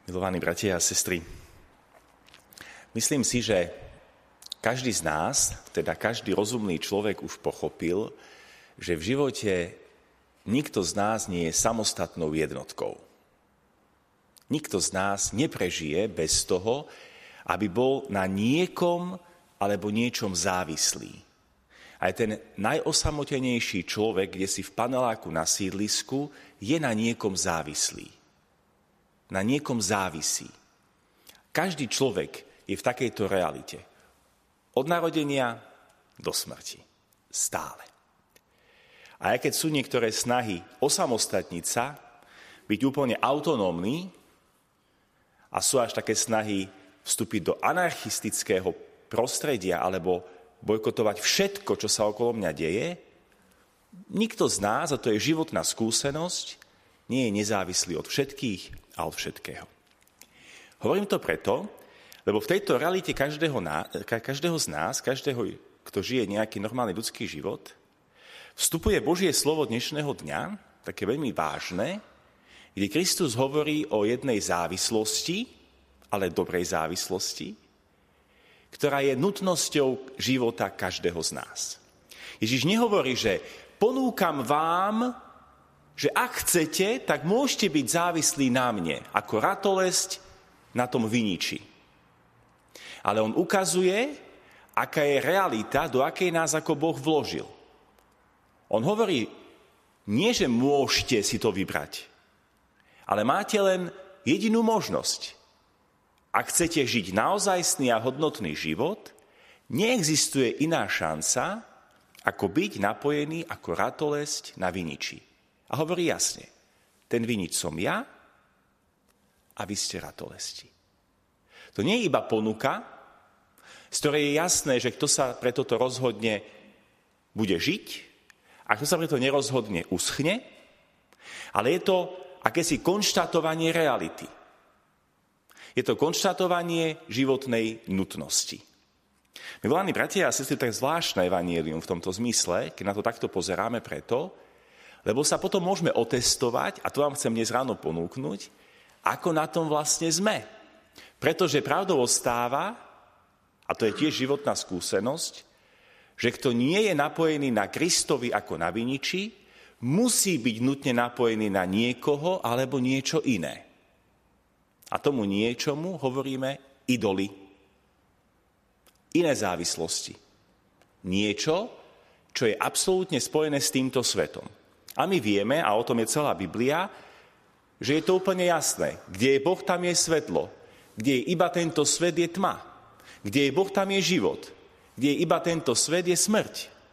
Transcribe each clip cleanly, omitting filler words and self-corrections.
Milovaní bratia a sestry, myslím si, že každý z nás, teda každý rozumný človek už pochopil, že v živote nikto z nás nie je samostatnou jednotkou. Nikto z nás neprežije bez toho, aby bol na niekom alebo niečom závislý. Aj ten najosamotenejší človek, kde si v paneláku na sídlisku, je na niekom závislý. Na niekom závisí. Každý človek je v takejto realite. Od narodenia do smrti. Stále. A aj keď sú niektoré snahy osamostatniť sa, byť úplne autonómny, a sú až také snahy vstúpiť do anarchistického prostredia alebo bojkotovať všetko, čo sa okolo mňa deje, nikto z nás, a to je životná skúsenosť, nie je nezávislý od všetkých a od všetkého. Hovorím to preto, lebo v tejto realite každého z nás, každého, kto žije nejaký normálny ľudský život, vstupuje Božie slovo dnešného dňa, také veľmi vážne, kde Kristus hovorí o jednej závislosti, ale dobrej závislosti, ktorá je nutnosťou života každého z nás. Ježiš nehovorí, že ponúkam vám, že ak chcete, tak môžete byť závislí na mne, ako ratolesť na tom viniči. Ale on ukazuje, aká je realita, do akej nás ako Boh vložil. On hovorí, nie že môžete si to vybrať, ale máte len jedinú možnosť. Ak chcete žiť naozajstný a hodnotný život, neexistuje iná šanca, ako byť napojený ako ratolesť na viniči. A hovorí jasne, ten vinič som ja a vy ste ratolesti. To nie je iba ponuka, z ktorej je jasné, že kto sa pre toto rozhodne, bude žiť, a kto sa pre to nerozhodne, uschne, ale je to akési konštatovanie reality. Je to konštatovanie životnej nutnosti. Milovaní bratia a sestry, tak zvláštne evanjelium v tomto zmysle, keď na to takto pozeráme preto, lebo sa potom môžeme otestovať, a to vám chcem dnes ráno ponúknuť, ako na tom vlastne sme. Pretože pravdou ostáva, a to je tiež životná skúsenosť, že kto nie je napojený na Kristovi ako na viniči, musí byť nutne napojený na niekoho alebo niečo iné. A tomu niečomu hovoríme idoly. Iné závislosti. Niečo, čo je absolútne spojené s týmto svetom. A my vieme, a o tom je celá Biblia, že je to úplne jasné. Kde je Boh, tam je svetlo. Kde je iba tento svet, je tma. Kde je Boh, tam je život. Kde je iba tento svet, je smrť.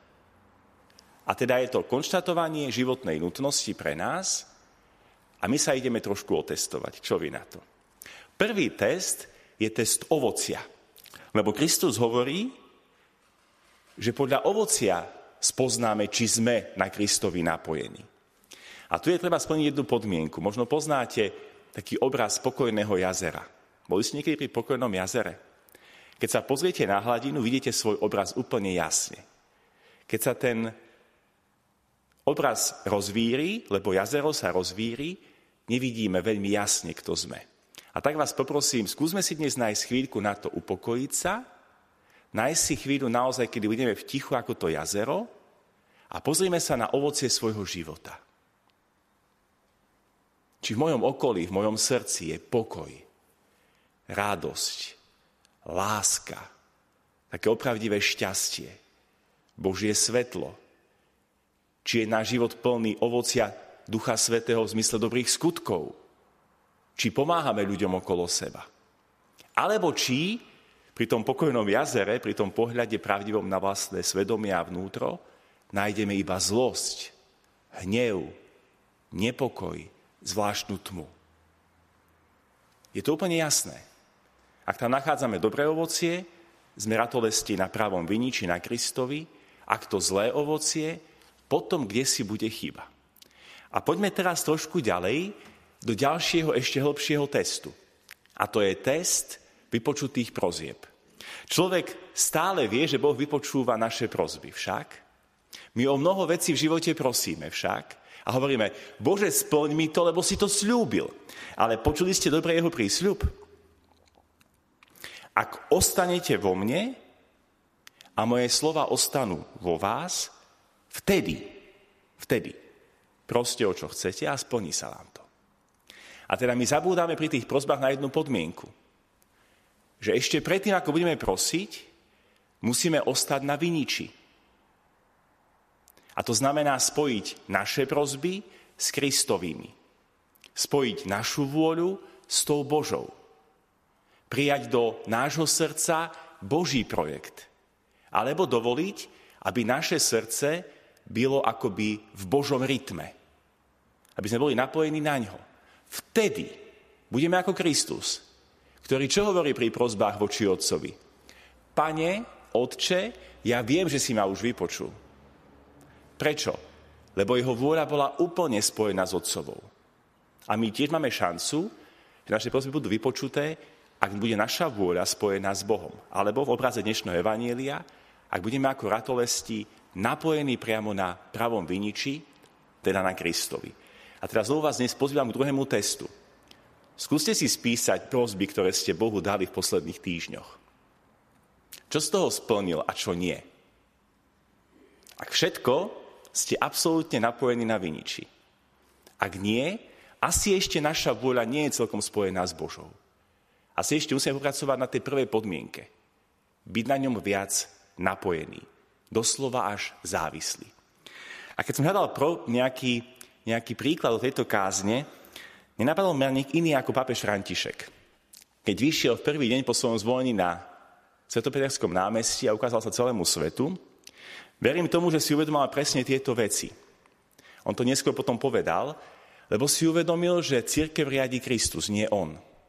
A teda je to konštatovanie životnej nutnosti pre nás a my sa ideme trošku otestovať. Čo vy na to? Prvý test je test ovocia. Lebo Kristus hovorí, že podľa ovocia spoznáme, či sme na Kristovi napojení. A tu je treba splniť jednu podmienku. Možno poznáte taký obraz pokojného jazera. Boli ste niekedy pri pokojnom jazere? Keď sa pozriete na hladinu, vidíte svoj obraz úplne jasne. Keď sa ten obraz rozvíri, lebo jazero sa rozvíri, nevidíme veľmi jasne, kto sme. A tak vás poprosím, skúsme si dnes nájsť chvíľku na to upokojiť sa, nájsť si chvíľu naozaj, kedy budeme v tichu ako to jazero a pozrime sa na ovocie svojho života. Či v mojom okolí, v mojom srdci je pokoj, radosť, láska, také opravdivé šťastie, Božie svetlo. Či je náš život plný ovocia Ducha Svätého v zmysle dobrých skutkov. Či pomáhame ľuďom okolo seba. Alebo či pri tom pokojnom jazere, pri tom pohľade pravdivom na vlastné svedomie a vnútro, nájdeme iba zlosť, hnev, nepokoj, zvláštnu tmu. Je to úplne jasné. Ak tam nachádzame dobré ovocie, sme ratolesti na pravom viniči, na Kristovi. Ak to zlé ovocie, potom kde si bude chyba. A poďme teraz trošku ďalej do ďalšieho, ešte hlbšieho testu. A to je test vypočutých prozieb. Človek stále vie, že Boh vypočúva naše prosby však. My o mnoho vecí v živote prosíme však. A hovoríme, Bože, splň mi to, lebo si to sľúbil. Ale počuli ste dobre jeho prísľub? Ak ostanete vo mne a moje slova ostanú vo vás, vtedy proste o čo chcete a splní sa vám to. A teda my zabúdame pri tých prosbách na jednu podmienku. Že ešte predtým, ako budeme prosiť, musíme ostať na viniči. A to znamená spojiť naše prosby s Kristovými. Spojiť našu vôľu s tou Božou. Prijať do nášho srdca Boží projekt. Alebo dovoliť, aby naše srdce bylo akoby v Božom rytme. Aby sme boli napojení na ňo. Vtedy budeme ako Kristus, ktorý čo hovorí pri prosbách voči Otcovi? Pane, Otče, ja viem, že si ma už vypočul. Prečo? Lebo jeho vôľa bola úplne spojená s Otcovou. A my tiež máme šancu, že naše prosby budú vypočuté, ak bude naša vôľa spojená s Bohom. Alebo v obraze dnešného evanjelia, ak budeme ako ratolesti napojení priamo na pravom viniči, teda na Kristovi. A teraz znovu vás dnes pozývam k druhému testu. Skúste si spísať prosby, ktoré ste Bohu dali v posledných týždňoch. Čo z toho splnil a čo nie? Ak všetko, ste absolútne napojení na viniči. Ak nie, asi ešte naša vôľa nie je celkom spojená s Božou. Asi ešte musíme popracovať na tej prvej podmienke. Byť na ňom viac napojený. Doslova až závislý. A keď som hľadal nejaký príklad do tejto kázne, nenapadol mňa nik iný ako pápež František. Keď vyšiel v prvý deň po svojom zvolení na Svetopeterskom námestí a ukázal sa celému svetu, verím tomu, že si uvedomal presne tieto veci. On to neskôr potom povedal, lebo si uvedomil, že cirkev riadi Kristus, nie on.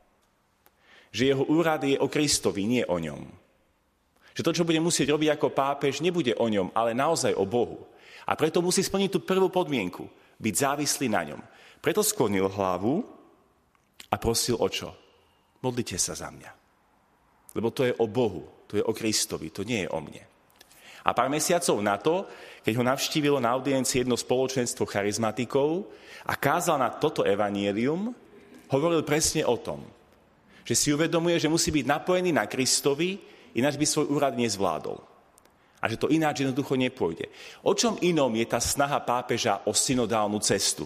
Že jeho úrad je o Kristovi, nie o ňom. Že to, čo bude musieť robiť ako pápež, nebude o ňom, ale naozaj o Bohu. A preto musí splniť tú prvú podmienku, byť závislý na ňom. Preto sklonil hlavu a prosil o čo? Modlite sa za mňa. Lebo to je o Bohu, to je o Kristovi, to nie je o mne. A pár mesiacov na to, keď ho navštívilo na audiencii jedno spoločenstvo charizmatikov a kázal na toto evanjelium, hovoril presne o tom, že si uvedomuje, že musí byť napojený na Kristovi, ináč by svoj úrad nezvládol. A že to ináč jednoducho nepôjde. O čom inom je tá snaha pápeža o synodálnu cestu?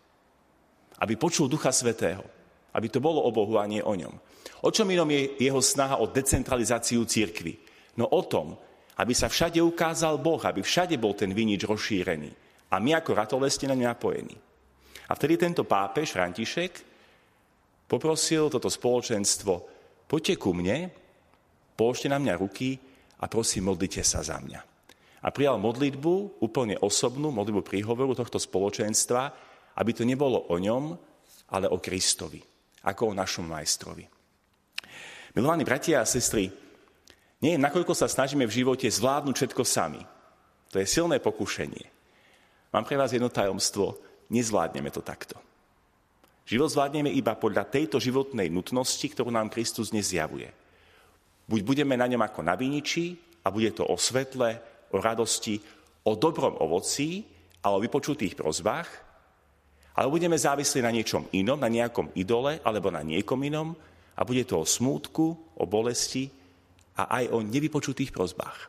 Aby počul Ducha Svätého. Aby to bolo o Bohu a nie o ňom. O čom inom je jeho snaha o decentralizáciu cirkvi? No o tom, aby sa všade ukázal Boh, aby všade bol ten vinič rozšírený. A my ako ratolesti na ňu napojení. A vtedy tento pápež František poprosil toto spoločenstvo, poďte ku mne, položte na mňa ruky a prosím, modlite sa za mňa. A prijal modlitbu, úplne osobnú modlitbu príhovoru tohto spoločenstva, aby to nebolo o ňom, ale o Kristovi, ako o našom majstrovi. Milovaní bratia a sestry, nie je, nakoľko sa snažíme v živote zvládnuť všetko sami. To je silné pokušenie. Mám pre vás jedno tajomstvo, nezvládneme to takto. Život zvládneme iba podľa tejto životnej nutnosti, ktorú nám Kristus dnes zjavuje. Buď budeme na ňom ako na viniči a bude to o svetle, o radosti, o dobrom ovocí a o vypočutých prosbách, ale budeme závislí na niečom inom, na nejakom idole alebo na niekom inom a bude to o smútku, o bolesti a aj o nevypočutých prosbách.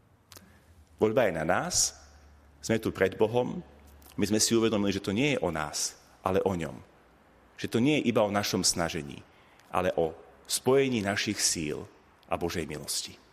Voľba je na nás, sme tu pred Bohom, my sme si uvedomili, že to nie je o nás, ale o ňom. Že to nie je iba o našom snažení, ale o spojení našich síl a Božej milosti.